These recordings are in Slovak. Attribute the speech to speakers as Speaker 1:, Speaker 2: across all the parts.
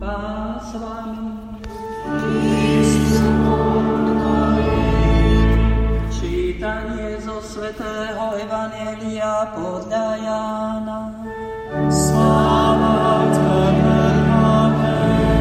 Speaker 1: Pán s vami. Čítanie zo svätého Evanjelia podľa Jána.
Speaker 2: Sláva Tebe, Pane.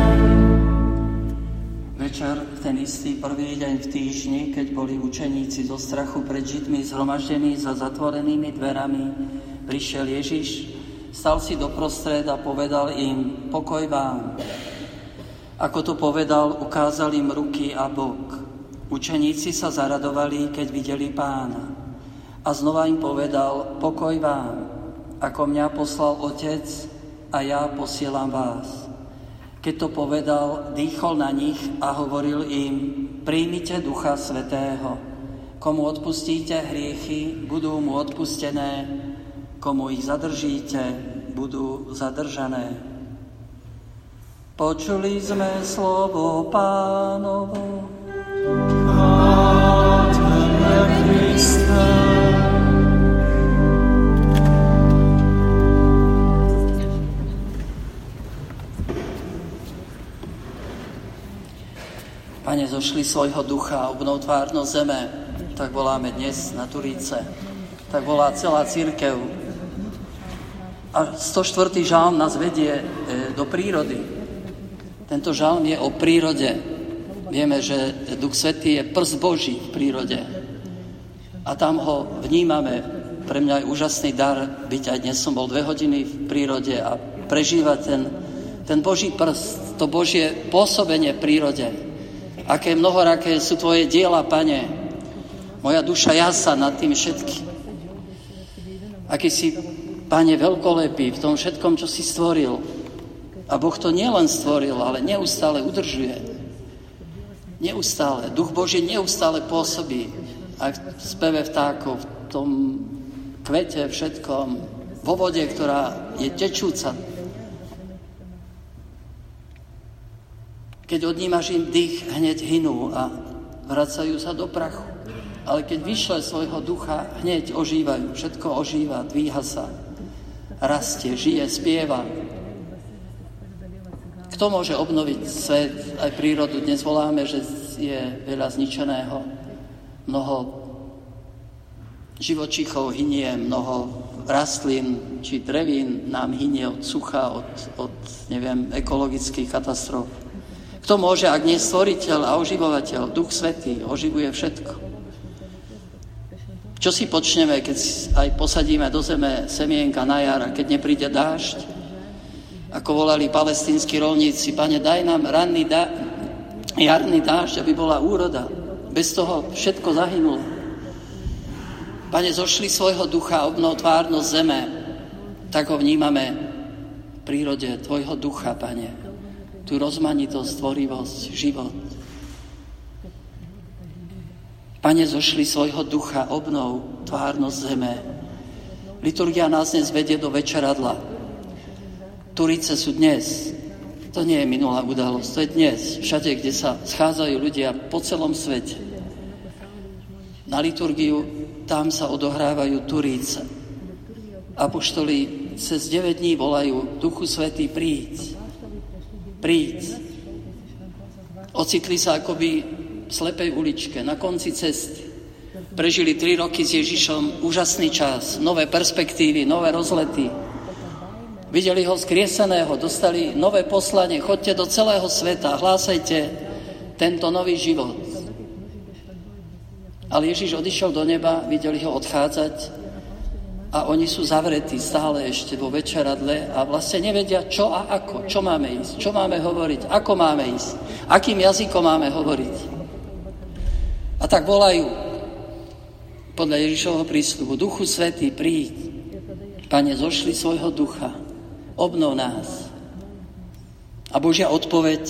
Speaker 1: Večer, ten istý prvý deň v týždni, keď boli učeníci zo strachu pred Židmi zhromaždení za zatvorenými dverami, prišiel Ježiš, stal si doprostred a povedal im: pokoj vám. Ako to povedal, ukázal im ruky a bok. Učeníci sa zaradovali, keď videli Pána. A znova im povedal: pokoj vám. Ako mňa poslal Otec, a ja posielam vás. Keď to povedal, dýchol na nich a hovoril im: príjmite Ducha Svätého. Komu odpustíte hriechy, budú mu odpustené. Komu ich zadržíte, budú zadržané. Počuli sme slovo Pánovo.
Speaker 2: Chvála Tebe, Kriste.
Speaker 1: Pane, zošli svojho ducha, obnov tvárnosť zeme, tak voláme dnes na Turíce. Tak volá celá cirkev. A 104. žalm nás vedie do prírody. Tento žalm je o prírode. Vieme, že Duch Svätý je prst Boží v prírode. A tam ho vnímame. Pre mňa je úžasný dar byť, aj dnes som bol 2 hodiny v prírode a prežívať ten Boží prst, to Božie pôsobenie v prírode. Aké mnohoraké sú Tvoje diela, Pane. Moja duša jasa nad tým všetkým. Aký si, Pane, veľkolepý v tom všetkom, čo si stvoril. A Boh to nielen stvoril, ale neustále udržuje. Neustále. Duch Boží neustále pôsobí. Aj v speve vtákov, v tom kvete, všetkom, vo vode, ktorá je tečúca. Keď odnímaš im dých, hneď hynú a vracajú sa do prachu. Ale keď vyšle svojho ducha, hneď ožívajú. Všetko ožíva, dvíha sa, rastie, žije, spieva. Kto môže obnoviť svet, aj prírodu? Dnes voláme, že je veľa zničeného. Mnoho živočíchov hynie, mnoho rastlín či drevín nám hynie od sucha, od ekologických katastrof. Kto môže, ak nie stvoriteľ a oživovateľ, Duch Svätý, oživuje všetko. Čo si počneme, keď aj posadíme do zeme semienka na jar a keď nepríde dážď? Ako volali palestínsky rolníci: Pane, daj nám ranný jarný dážď, aby bola úroda. Bez toho všetko zahynulo. Pane, zošli svojho ducha, obnov tvárnosť zeme. Tak ho vnímame v prírode Tvojho ducha, Pane. Tú rozmanitosť, tvorivosť, život. Pane, zošli svojho ducha, obnov tvárnosť zeme. Liturgia nás dnes vedie do večeradla. Turice sú dnes. To nie je minulá udalosť, to je dnes. Všade, kde sa schádzajú ľudia po celom svete. Na liturgiu tam sa odohrávajú Turíce. Apoštoli cez 9 dní volajú: Duchu Svätý, príď. Príď. Ocitli sa akoby v slepej uličke, na konci cesty. Prežili 3 roky s Ježišom úžasný čas, nové perspektívy, nové rozlety. Videli ho skrieseného, dostali nové poslanie: choďte do celého sveta, hlásajte tento nový život. Ale Ježiš odišiel do neba, videli ho odchádzať a oni sú zavretí stále ešte vo večeradle a vlastne nevedia, čo a ako, čo máme ísť, čo máme hovoriť, ako máme ísť, akým jazykom máme hovoriť. A tak volajú podľa Ježišovho prísľubu: Duchu Svätý, príď. Pane, zošli svojho ducha, obnov nás. A Božia odpoveď,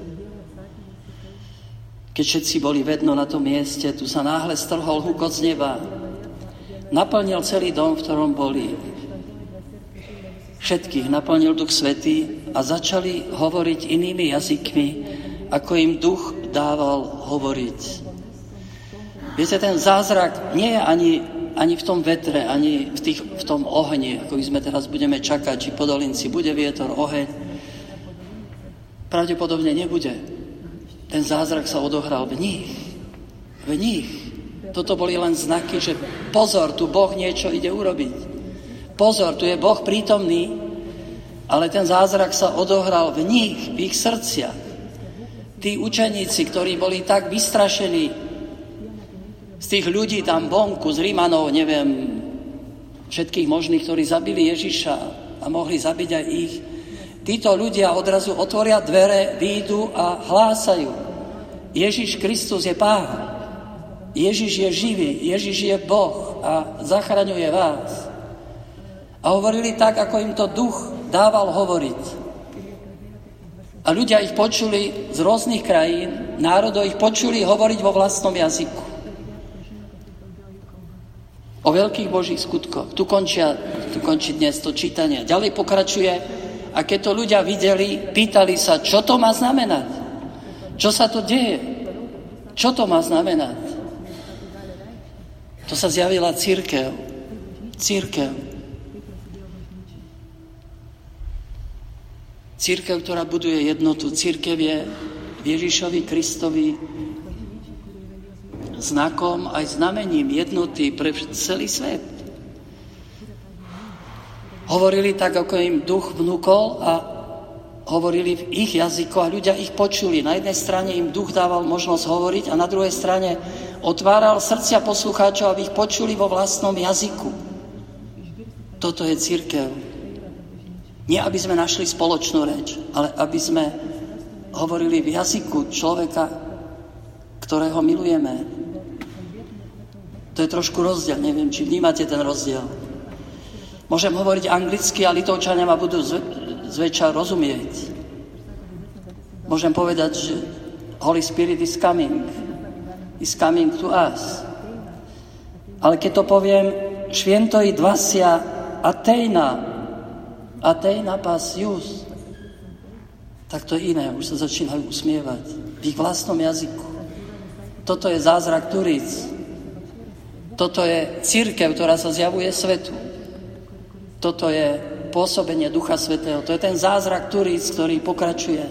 Speaker 1: keď všetci boli vedno na tom mieste, tu sa náhle strhol hukot z neba. Naplnil celý dom, v ktorom boli. Všetkých naplnil Duch Svätý a začali hovoriť inými jazykmi, ako im Duch dával hovoriť. Viete, ten zázrak nie je ani v tom vetre, ani v tom ohni, ako sme teraz budeme čakať, či po dolinci bude vietor, oheň. Pravdepodobne nebude. Ten zázrak sa odohral v nich. V nich. Toto boli len znaky, že pozor, tu Boh niečo ide urobiť. Pozor, tu je Boh prítomný, ale ten zázrak sa odohral v nich, v ich srdciach. Tí učeníci, ktorí boli tak vystrašení z tých ľudí tam vonku, z Rímanov, neviem, všetkých možných, ktorí zabili Ježiša a mohli zabiť aj ich, títo ľudia odrazu otvoria dvere, výjdu a hlásajú. Ježiš Kristus je Pán. Ježiš je živý, Ježiš je Boh a zachraňuje vás. A hovorili tak, ako im to duch dával hovoriť. A ľudia ich počuli z rôznych krajín, národov ich počuli hovoriť vo vlastnom jazyku. O veľkých Božích skutkoch. Tu končí dnes to čítanie. Ďalej pokračuje, a keď to ľudia videli, pýtali sa, čo to má znamenať? Čo sa to deje? Čo to má znamenať? To sa zjavila cirkev. Cirkev, ktorá buduje jednotu. Cirkev je Ježišovi Kristovi znakom aj znamením jednoty pre celý svet. Hovorili tak, ako im duch vnúkol a hovorili v ich jazyku a ľudia ich počuli. Na jednej strane im duch dával možnosť hovoriť a na druhej strane otváral srdcia poslucháčov, aby ich počuli vo vlastnom jazyku. Toto je cirkev. Nie, aby sme našli spoločnú reč, ale aby sme hovorili v jazyku človeka, ktorého milujeme. To je trošku rozdiel, neviem, či vnímate ten rozdiel. Môžem hovoriť anglicky a Litovčania ma budú zväčša rozumieť. Môžem povedať, že Holy Spirit is coming to us. Ale keď to poviem, Świętoj Dvasia Ateina pas jus, tak to je iné, už sa začínajú usmievať v ich vlastnom jazyku. Toto je zázrak Turíc. Toto je cirkev, ktorá sa zjavuje svetu. Toto je pôsobenie Ducha Svätého. To je ten zázrak Turíc, ktorý pokračuje.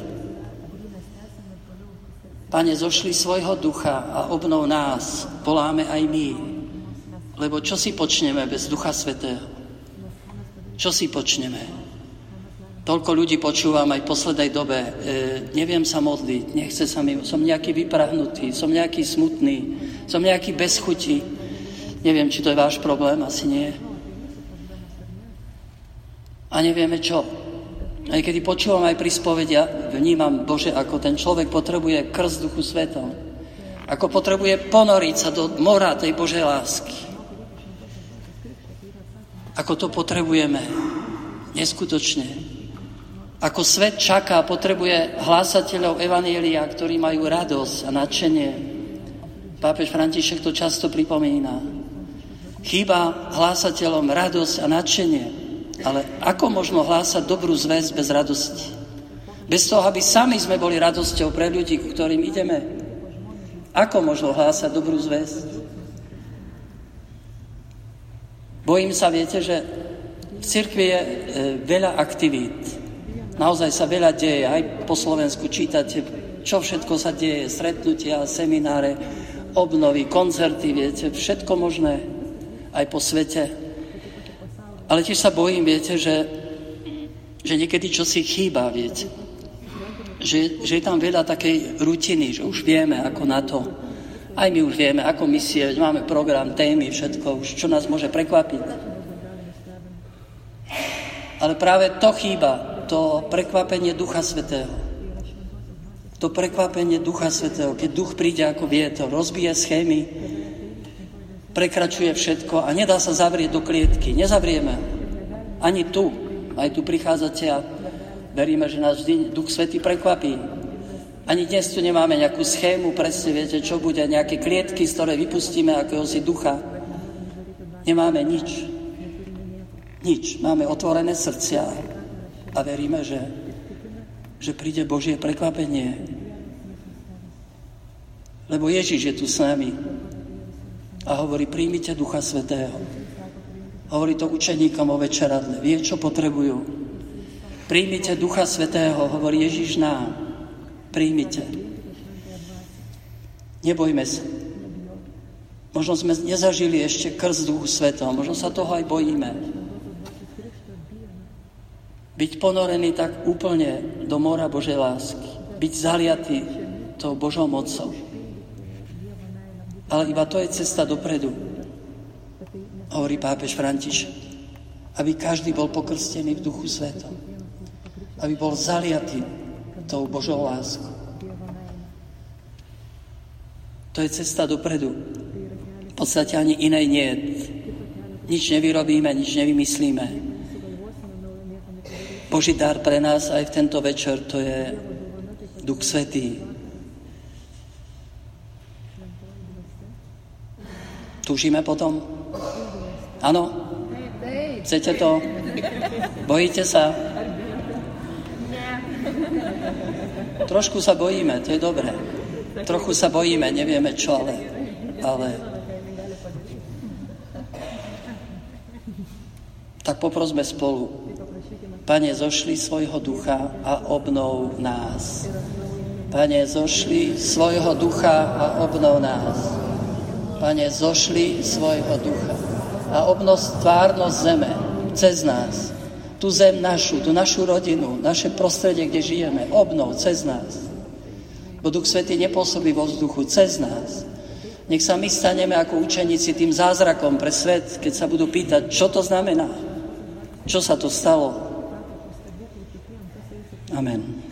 Speaker 1: Pane, zošli svojho ducha a obnov nás, voláme aj my. Lebo čo si počneme bez Ducha Svätého? Čo si počneme? Toľko ľudí počúvam aj v poslednej dobe. Neviem sa modliť, nechce sa mi, som nejaký vyprahnutý, som nejaký smutný, som nejaký bez chuti. Neviem, či to je váš problém, asi nie. A nevieme čo. Aj keď počúvam aj príspovedia, vnímam, Bože, ako ten človek potrebuje krst Duchu Svetom. Ako potrebuje ponoriť sa do mora tej Božej lásky. Ako to potrebujeme. Neskutočne. Ako svet čaká, potrebuje hlásateľov evanjelia, ktorí majú radosť a nadšenie. Pápež František to často pripomína. Chýba hlásateľom radosť a nadšenie. Ale ako možno hlásať dobrú zvesť bez radosti? Bez toho, aby sami sme boli radosťou pre ľudí, ku ktorým ideme. Ako možno hlásať dobrú zvesť? Bojím sa, viete, že v cirkvi je veľa aktivít. Naozaj sa veľa deje. Aj po Slovensku čítate, čo všetko sa deje. Stretnutia, semináre, obnovy, koncerty, viete, všetko možné. Aj po svete. Ale tiež sa bojím, viete, že niekedy čosi chýba, viete. Že je tam veľa takej rutiny, že už vieme, ako na to. Aj my už vieme, ako misie, máme program, témy, všetko, už čo nás môže prekvapiť. Ale práve to chýba, to prekvapenie Ducha Svätého. To prekvapenie Ducha Svätého, keď Duch príde ako vietor, rozbije schémy, prekračuje všetko a nedá sa zavrieť do klietky. Nezavrieme. Ani tu. Aj tu prichádzate a veríme, že nás vždy Duch Svätý prekvapí. Ani dnes tu nemáme nejakú schému, presne viete, čo bude, nejaké klietky, z ktoré vypustíme akéhosi ducha. Nemáme nič. Nič. Máme otvorené srdcia a veríme, že príde Božie prekvapenie. Lebo Ježiš je tu s nami. A hovorí, príjmite Ducha Svätého. Hovorí to učeníkom o večeradle. Vie, čo potrebujú. Príjmite Ducha Svätého, hovorí Ježiš nám. Príjmite. Nebojme sa. Možno sme nezažili ešte krst Duchu Svätom, možno sa toho aj bojíme. Byť ponorený tak úplne do mora Božej lásky. Byť zaliatý tou Božou mocou. Ale iba to je cesta dopredu, hovorí pápež František. Aby každý bol pokrstený v Duchu Svätom. Aby bol zaliatý tou Božou láskou. To je cesta dopredu. V podstate ani inej nie. Nič nevyrobíme, nič nevymyslíme. Boží dar pre nás aj v tento večer, to je Duch Svätý. Túžime potom? Áno? Chcete to? Bojíte sa? Trošku sa bojíme, to je dobré. Trochu sa bojíme, nevieme čo, ale tak poprosme spolu. Pane, zošli svojho ducha a obnov nás. Pane, zošli svojho ducha a obnov nás. Pane, zošli svojho ducha a obnov tvárnosť zeme cez nás. Tu zem našu, tú našu rodinu, naše prostredie, kde žijeme, obnov cez nás. Bo Duch Svätý nepôsobí vo vzduchu, cez nás. Nech sa my staneme ako učeníci tým zázrakom pre svet, keď sa budú pýtať, čo to znamená, čo sa to stalo. Amen.